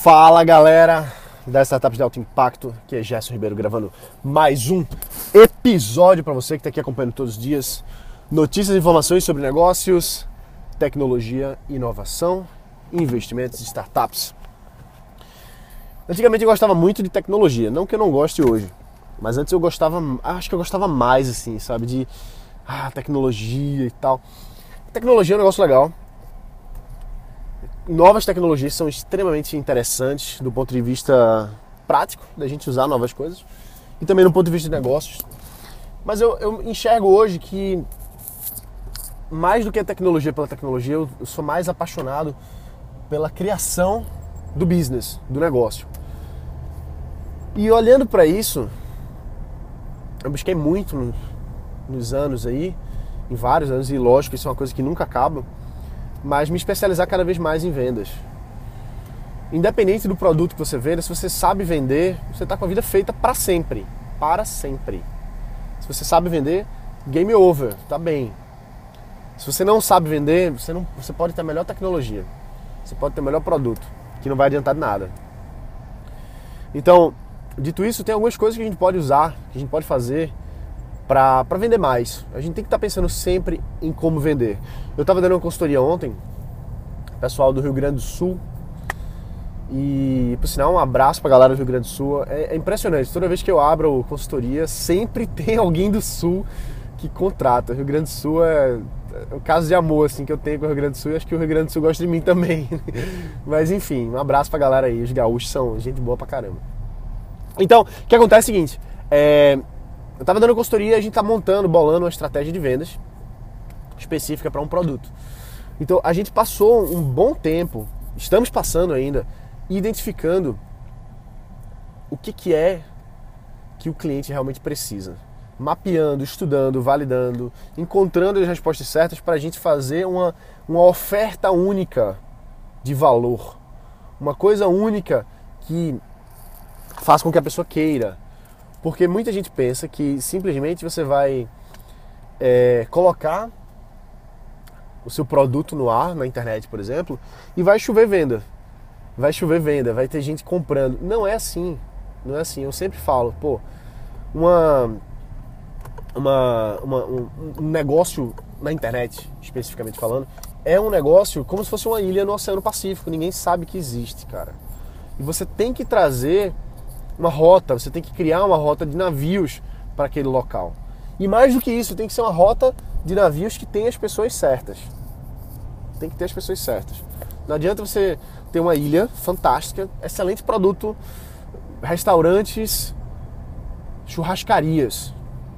Fala galera das startups de alto impacto, aqui é Gerson Ribeiro gravando mais um episódio para você que está aqui acompanhando todos os dias. Notícias e informações sobre negócios, tecnologia, inovação, investimentos e startups. Antigamente eu gostava muito de tecnologia, não que eu não goste hoje, mas antes eu gostava, acho que eu gostava mais assim, sabe, de tecnologia e tal. Tecnologia é um negócio legal. Novas tecnologias são extremamente interessantes do ponto de vista prático, da gente usar novas coisas, e também do ponto de vista de negócios. Mas eu enxergo hoje que, mais do que a tecnologia pela tecnologia, eu sou mais apaixonado pela criação do business, do negócio. E olhando para isso, eu busquei muito nos anos aí, em vários anos, e lógico, isso é uma coisa que nunca acaba, mas me especializar cada vez mais em vendas. Independente do produto que você venda, se você sabe vender, você está com a vida feita para sempre. Para sempre. Se você sabe vender, game over, tá bem. Se você não sabe vender, você pode ter a melhor tecnologia, você pode ter o melhor produto, que não vai adiantar de nada. Então, dito isso, tem algumas coisas que a gente pode usar, que a gente pode fazer para vender mais. A gente tem que estar pensando sempre em como vender. Eu estava dando uma consultoria ontem, pessoal do Rio Grande do Sul, e por sinal um abraço para a galera do Rio Grande do Sul. É impressionante, toda vez que eu abro consultoria sempre tem alguém do Sul que contrata. O Rio Grande do Sul é um caso de amor assim, que eu tenho com o Rio Grande do Sul, e acho que o Rio Grande do Sul gosta de mim também. Mas enfim, um abraço para a galera aí, os gaúchos são gente boa pra caramba. Então, o que acontece é o seguinte, eu estava dando consultoria e a gente está bolando uma estratégia de vendas específica para um produto. Então a gente passou um bom tempo, estamos passando ainda, identificando o que é que o cliente realmente precisa. Mapeando, estudando, validando, encontrando as respostas certas para a gente fazer uma oferta única de valor. Uma coisa única que faça com que a pessoa queira. Porque muita gente pensa que simplesmente você vai colocar o seu produto no ar, na internet, por exemplo, e vai chover venda. Vai chover venda, vai ter gente comprando. Não é assim. Não é assim. Eu sempre falo, um negócio na internet, especificamente falando, é um negócio como se fosse uma ilha no Oceano Pacífico. Ninguém sabe que existe, cara. E você tem que trazer uma rota, você tem que criar uma rota de navios para aquele local. E mais do que isso, tem que ser uma rota de navios que tenha as pessoas certas. Tem que ter as pessoas certas. Não adianta você ter uma ilha fantástica, excelente produto, restaurantes, churrascarias.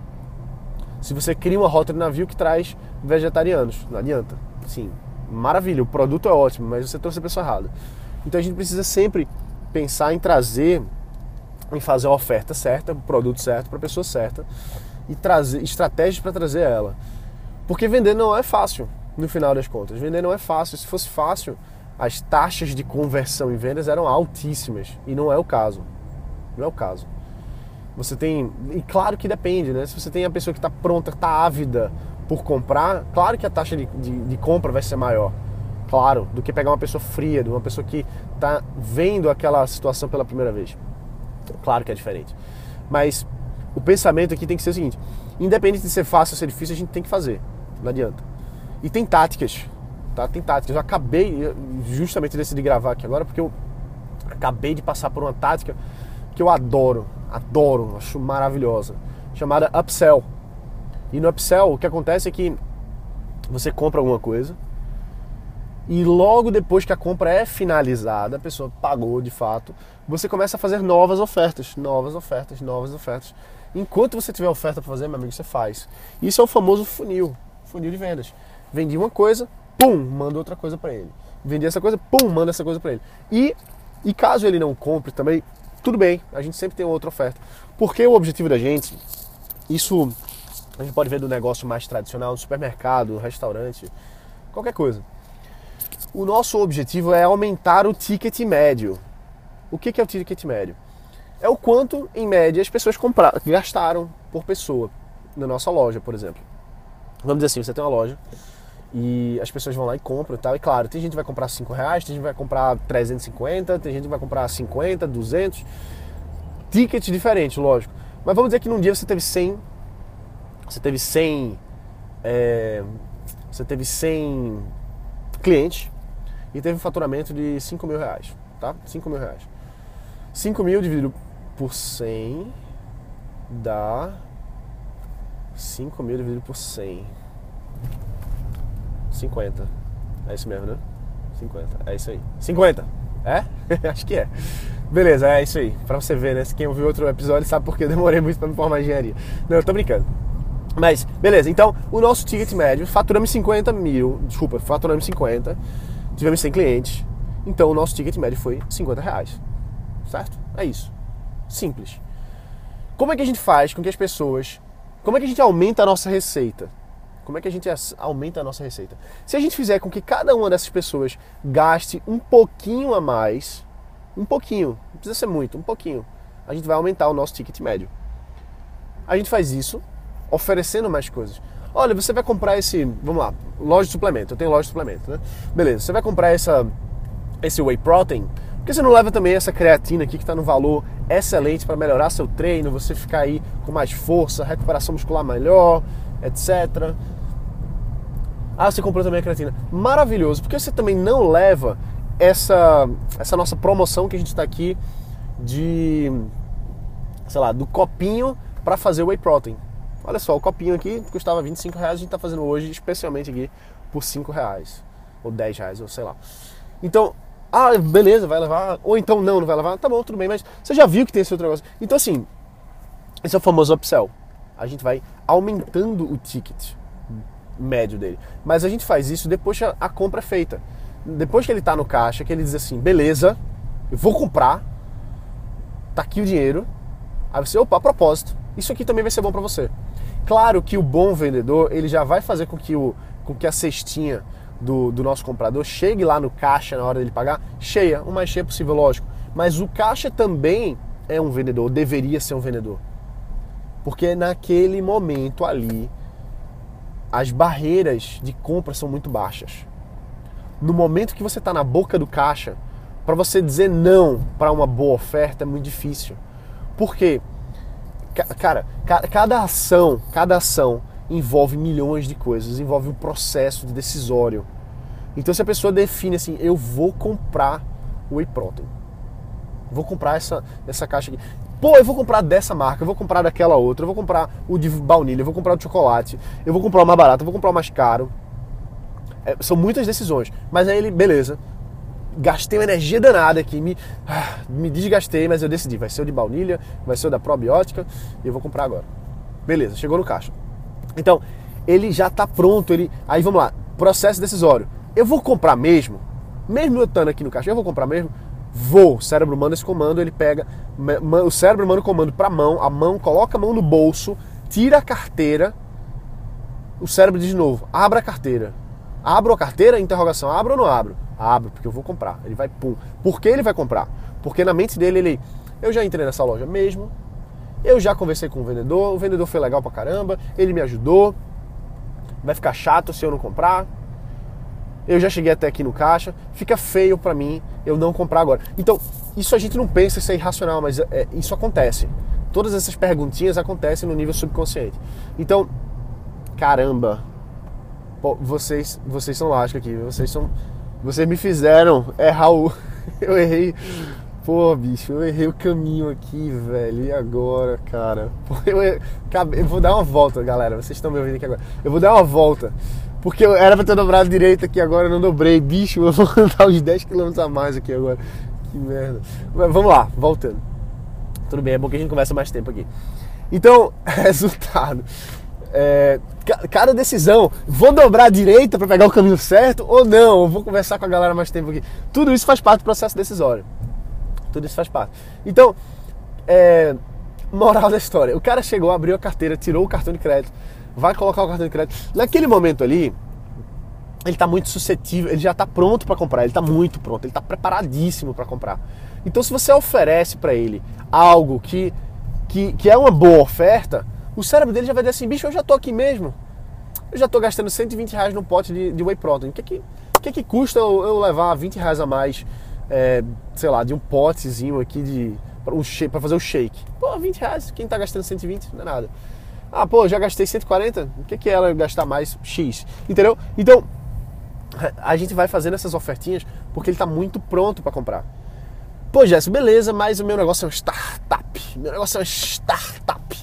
Se você cria uma rota de navio que traz vegetarianos, não adianta. Sim, maravilha, o produto é ótimo, mas você trouxe a pessoa errada. Então a gente precisa sempre pensar em fazer a oferta certa, o produto certo para a pessoa certa e trazer estratégias para trazer ela. Porque vender não é fácil, no final das contas. Vender não é fácil. Se fosse fácil, as taxas de conversão em vendas eram altíssimas. E não é o caso. Não é o caso. Você tem... E claro que depende, né? Se você tem a pessoa que está pronta, está ávida por comprar, claro que a taxa de compra vai ser maior. Claro, do que pegar uma pessoa fria, de uma pessoa que está vendo aquela situação pela primeira vez. Claro que é diferente. Mas o pensamento aqui tem que ser o seguinte: independente de ser fácil ou ser difícil, a gente tem que fazer. Não adianta. E tem táticas, tá? Tem táticas. Eu acabei, justamente decidi gravar aqui agora, porque eu acabei de passar por uma tática que eu adoro, acho maravilhosa, chamada upsell. E no upsell, o que acontece é que você compra alguma coisa e logo depois que a compra é finalizada, a pessoa pagou de fato, você começa a fazer novas ofertas. Enquanto você tiver oferta para fazer, meu amigo, você faz. Isso é o famoso funil de vendas. Vendi uma coisa, pum, manda outra coisa para ele. Vendi essa coisa, pum, manda essa coisa para ele. E caso ele não compre também, tudo bem, a gente sempre tem outra oferta. Porque o objetivo da gente, isso a gente pode ver do negócio mais tradicional, supermercado, restaurante, qualquer coisa. O nosso objetivo é aumentar o ticket médio. O que é o ticket médio? É o quanto, em média, as pessoas gastaram por pessoa na nossa loja, por exemplo. Vamos dizer assim, você tem uma loja E as pessoas vão lá e compram e tal. E claro, tem gente que vai comprar R$5, tem gente que vai comprar 350, tem gente que vai comprar 50, 200. Tickets diferentes, lógico. Mas vamos dizer que num dia você teve 100... Você teve 100 clientes e teve um faturamento de R$5.000, tá? R$5.000. 5.000 dividido por 100 dá... 5.000 dividido por 100... 50. É isso mesmo, né? 50. É isso aí. 50. É? Acho que é. Beleza, é isso aí. Pra você ver, né? Quem ouviu outro episódio sabe porque eu demorei muito pra me formar em engenharia. Não, eu tô brincando. Mas, beleza. Então, o nosso ticket médio, faturamos 50 mil. Desculpa, faturamos 50. Tivemos 100 clientes. Então, o nosso ticket médio foi R$50. Certo? É isso. Simples. Como é que a gente faz com que as pessoas... Como é que a gente aumenta a nossa receita? Como é que a gente aumenta a nossa receita? Se a gente fizer com que cada uma dessas pessoas gaste um pouquinho a mais, um pouquinho, não precisa ser muito, um pouquinho, a gente vai aumentar o nosso ticket médio. A gente faz isso oferecendo mais coisas. Olha, você vai comprar esse, vamos lá, loja de suplemento, eu tenho loja de suplemento, né? Beleza, você vai comprar esse whey protein, por que você não leva também essa creatina aqui que está no valor excelente para melhorar seu treino, você ficar aí com mais força, recuperação muscular melhor, etc. Ah, você comprou também a creatina. Maravilhoso, porque você também não leva essa nossa promoção que a gente está aqui de, sei lá, do copinho para fazer o whey protein. Olha só, o copinho aqui custava R$25, a gente está fazendo hoje especialmente aqui por R$5 ou R$10 ou sei lá. Então, beleza, vai levar, ou então não vai levar, tá bom, tudo bem, mas você já viu que tem esse outro negócio. Então assim, esse é o famoso upsell. A gente vai aumentando o ticket médio dele. Mas a gente faz isso depois que a compra é feita. Depois que ele está no caixa, que ele diz assim, beleza, eu vou comprar, tá aqui o dinheiro. Aí você, opa, a propósito, isso aqui também vai ser bom para você. Claro que o bom vendedor, ele já vai fazer com que a cestinha do nosso comprador chegue lá no caixa na hora dele pagar, cheia, o mais cheia possível, lógico. Mas o caixa também é um vendedor, deveria ser um vendedor. Porque naquele momento ali, as barreiras de compra são muito baixas. No momento que você está na boca do caixa, para você dizer não para uma boa oferta é muito difícil. Por quê? Cara, cada ação envolve milhões de coisas, envolve um processo de decisório. Então se a pessoa define assim, eu vou comprar o whey protein, vou comprar essa caixa aqui. Pô, eu vou comprar dessa marca, eu vou comprar daquela outra, eu vou comprar o de baunilha, eu vou comprar o de chocolate, eu vou comprar o mais barato, eu vou comprar o mais caro. São muitas decisões. Mas aí ele, beleza, gastei uma energia danada aqui, me desgastei, mas eu decidi, vai ser o de baunilha, vai ser o da probiótica, e eu vou comprar agora. Beleza, chegou no caixa. Então, ele já está pronto, aí vamos lá, processo decisório. Eu vou comprar mesmo eu estando aqui no caixa, eu vou comprar mesmo? Vou, o cérebro manda esse comando, ele pega, o cérebro manda o comando para a mão coloca a mão no bolso, tira a carteira, o cérebro diz de novo, abra a carteira. Abro a carteira? Interrogação, abro ou não abro? Abro, porque eu vou comprar. Ele vai, pum. Por que ele vai comprar? Porque na mente dele, eu já entrei nessa loja mesmo, eu já conversei com o vendedor foi legal pra caramba, ele me ajudou, vai ficar chato se eu não comprar, eu já cheguei até aqui no caixa, fica feio pra mim eu não comprar agora. Então, isso a gente não pensa, isso é irracional, mas isso acontece. Todas essas perguntinhas acontecem no nível subconsciente. Então, caramba, pô, vocês são lasca aqui, vocês me fizeram errar eu errei, pô, bicho, eu errei o caminho aqui, velho, e agora, cara? Pô, eu vou dar uma volta, galera, vocês estão me ouvindo aqui agora, eu vou dar uma volta, porque eu era pra ter dobrado direito aqui agora, eu não dobrei, bicho, eu vou andar uns 10 km a mais aqui agora, que merda. Mas vamos lá, voltando. Tudo bem, é bom que a gente conversa mais tempo aqui. Então, resultado, cada decisão, vou dobrar a direita para pegar o caminho certo ou não, eu vou conversar com a galera mais tempo aqui. Tudo isso faz parte do processo decisório. Tudo isso faz parte. Então, moral da história, o cara chegou, abriu a carteira, tirou o cartão de crédito, vai colocar o cartão de crédito. Naquele momento ali, ele está muito suscetível, ele já está pronto para comprar, ele está muito pronto, ele está preparadíssimo para comprar. Então, se você oferece para ele algo que é uma boa oferta, o cérebro dele já vai dizer assim, bicho, eu já tô aqui mesmo. eu já estou gastando R$120 num pote de whey protein. O que custa eu levar R$20 a mais, sei lá, de um potezinho aqui para fazer o shake? Pô, R$20, quem tá gastando 120 não é nada. Ah, pô, já gastei 140, o que é ela gastar mais X? Entendeu? Então, a gente vai fazendo essas ofertinhas porque ele tá muito pronto para comprar. Pô, Jéssica, beleza, mas o meu negócio é uma startup. Meu negócio é uma startup.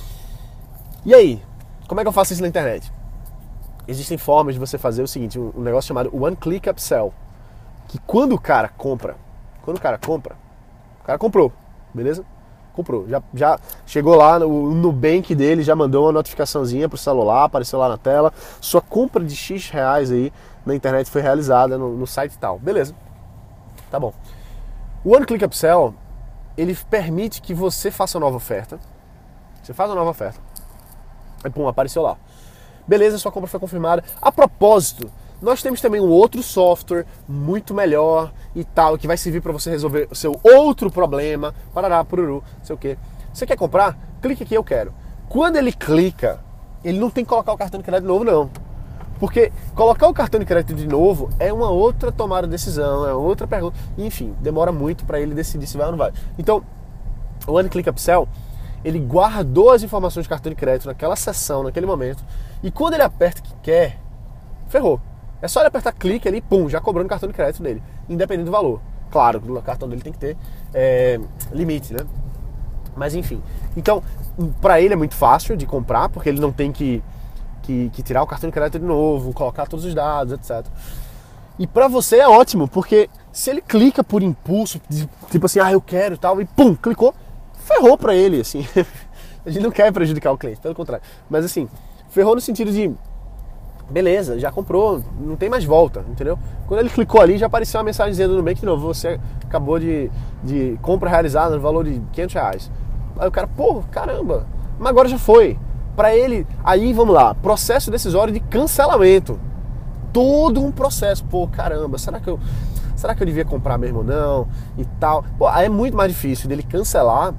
E aí, como é que eu faço isso na internet? Existem formas de você fazer o seguinte, um negócio chamado One Click Upsell. Que quando o cara compra, o cara comprou, beleza? Comprou, já chegou lá no Nubank dele, já mandou uma notificaçãozinha pro celular, apareceu lá na tela, sua compra de X reais aí na internet foi realizada no site tal, beleza, tá bom. O One Click Upsell, ele permite que você faça uma nova oferta, você faz uma nova oferta, aí pum, apareceu lá, beleza, sua compra foi confirmada. A propósito, nós temos também um outro software muito melhor e tal, que vai servir para você resolver o seu outro problema, parará, pururu, não sei o quê. Você quer comprar? Clique aqui, eu quero. Quando ele clica, ele não tem que colocar o cartão de crédito de novo, não. Porque colocar o cartão de crédito de novo é uma outra tomada de decisão, é outra pergunta. Enfim, demora muito para ele decidir se vai ou não vai. Então, o One Click Upsell, ele guardou as informações do cartão de crédito naquela sessão, naquele momento, e quando ele aperta o que quer, ferrou. É só ele apertar clique ali, pum, já cobrando o cartão de crédito dele, independente do valor. Claro, o cartão dele tem que ter limite, né? Mas enfim. Então, para ele é muito fácil de comprar, porque ele não tem que tirar o cartão de crédito de novo, colocar todos os dados, etc. E para você é ótimo, porque se ele clica por impulso, tipo assim, eu quero e tal, e pum, clicou, ferrou para ele, assim. A gente não quer prejudicar o cliente, pelo contrário. Mas assim, ferrou no sentido de beleza, já comprou, não tem mais volta, entendeu? Quando ele clicou ali, já apareceu uma mensagem dizendo no Nubank de novo, você acabou de compra realizada no valor de R$500. Aí o cara, pô, caramba, mas agora já foi. Pra ele, aí vamos lá, processo decisório de cancelamento. Todo um processo, pô, caramba, será que eu devia comprar mesmo ou não? E tal. Pô, aí é muito mais difícil dele cancelar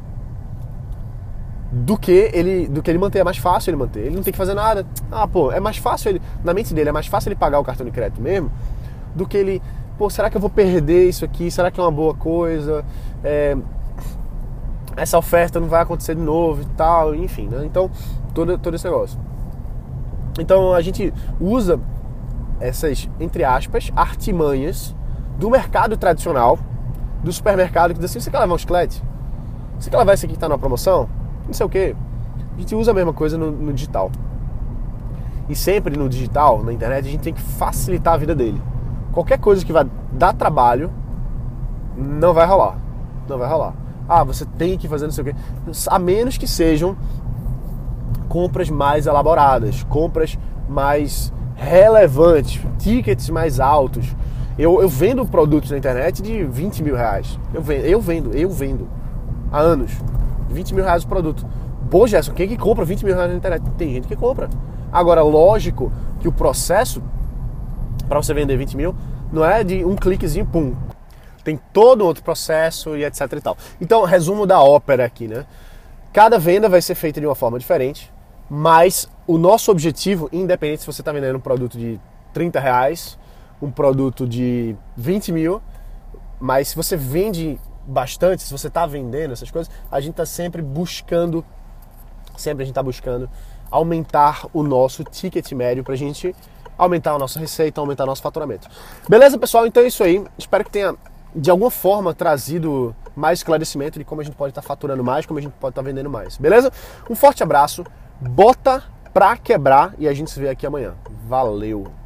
do que ele manter. É mais fácil ele manter, ele não tem que fazer nada. Pô, é mais fácil na mente dele, é mais fácil ele pagar o cartão de crédito mesmo, do que ele, pô, será que eu vou perder isso aqui? Será que é uma boa coisa? Essa oferta não vai acontecer de novo e tal, enfim, né? Então, todo esse negócio. Então, a gente usa essas, entre aspas, artimanhas do mercado tradicional, do supermercado, que diz assim, você quer levar um chiclete? Você quer levar esse aqui que tá na promoção? Não sei o que. A gente usa a mesma coisa no digital. E sempre no digital, na internet, a gente tem que facilitar a vida dele. Qualquer coisa que vai dar trabalho, não vai rolar. Não vai rolar. Você tem que fazer não sei o que. A menos que sejam compras mais elaboradas, compras mais relevantes, tickets mais altos. Eu vendo produtos na internet de R$20 mil. Eu vendo. Há anos. R$20 mil o produto. Pô, Gerson, quem é que compra R$20 mil na internet? Tem gente que compra. Agora, lógico que o processo para você vender 20 mil não é de um cliquezinho, pum. Tem todo um outro processo e etc e tal. Então, resumo da ópera aqui, né? Cada venda vai ser feita de uma forma diferente, mas o nosso objetivo, independente se você está vendendo um produto de R$30, um produto de 20 mil, mas se você vende bastante, se você está vendendo essas coisas, a gente está sempre buscando aumentar o nosso ticket médio para a gente aumentar a nossa receita, aumentar o nosso faturamento. Beleza, pessoal? Então é isso aí. Espero que tenha, de alguma forma, trazido mais esclarecimento de como a gente pode estar faturando mais, como a gente pode estar vendendo mais. Beleza? Um forte abraço, bota pra quebrar e a gente se vê aqui amanhã. Valeu!